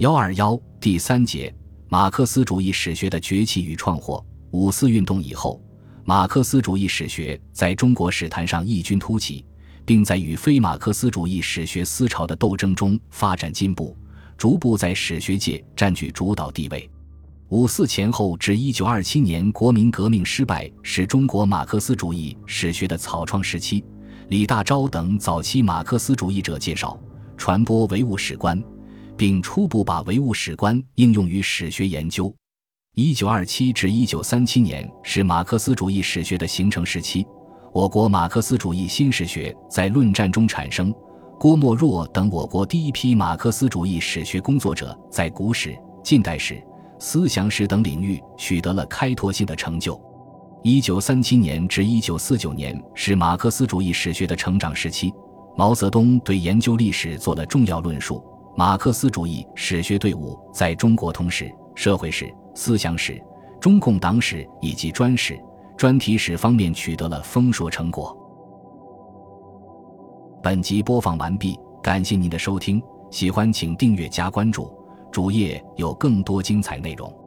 121第3节马克思主义史学的崛起与创获。五四运动以后，马克思主义史学在中国史坛上异军突起，并在与非马克思主义史学思潮的斗争中发展进步，逐步在史学界占据主导地位。五四前后至1927年国民革命失败是中国马克思主义史学的草创时期。李大钊等早期马克思主义者介绍、传播唯物史观，并初步把唯物史观应用于史学研究。1927至1937年是马克思主义史学的形成时期，我国马克思主义新史学在论战中产生，郭沫若等我国第一批马克思主义史学工作者在古史、近代史、思想史等领域取得了开拓性的成就。1937年至1949年是马克思主义史学的成长时期，毛泽东对研究历史做了重要论述，马克思主义史学队伍在中国通史、社会史、思想史、中共党史以及专史、专题史方面取得了丰硕成果。本集播放完毕，感谢您的收听，喜欢请订阅加关注，主页有更多精彩内容。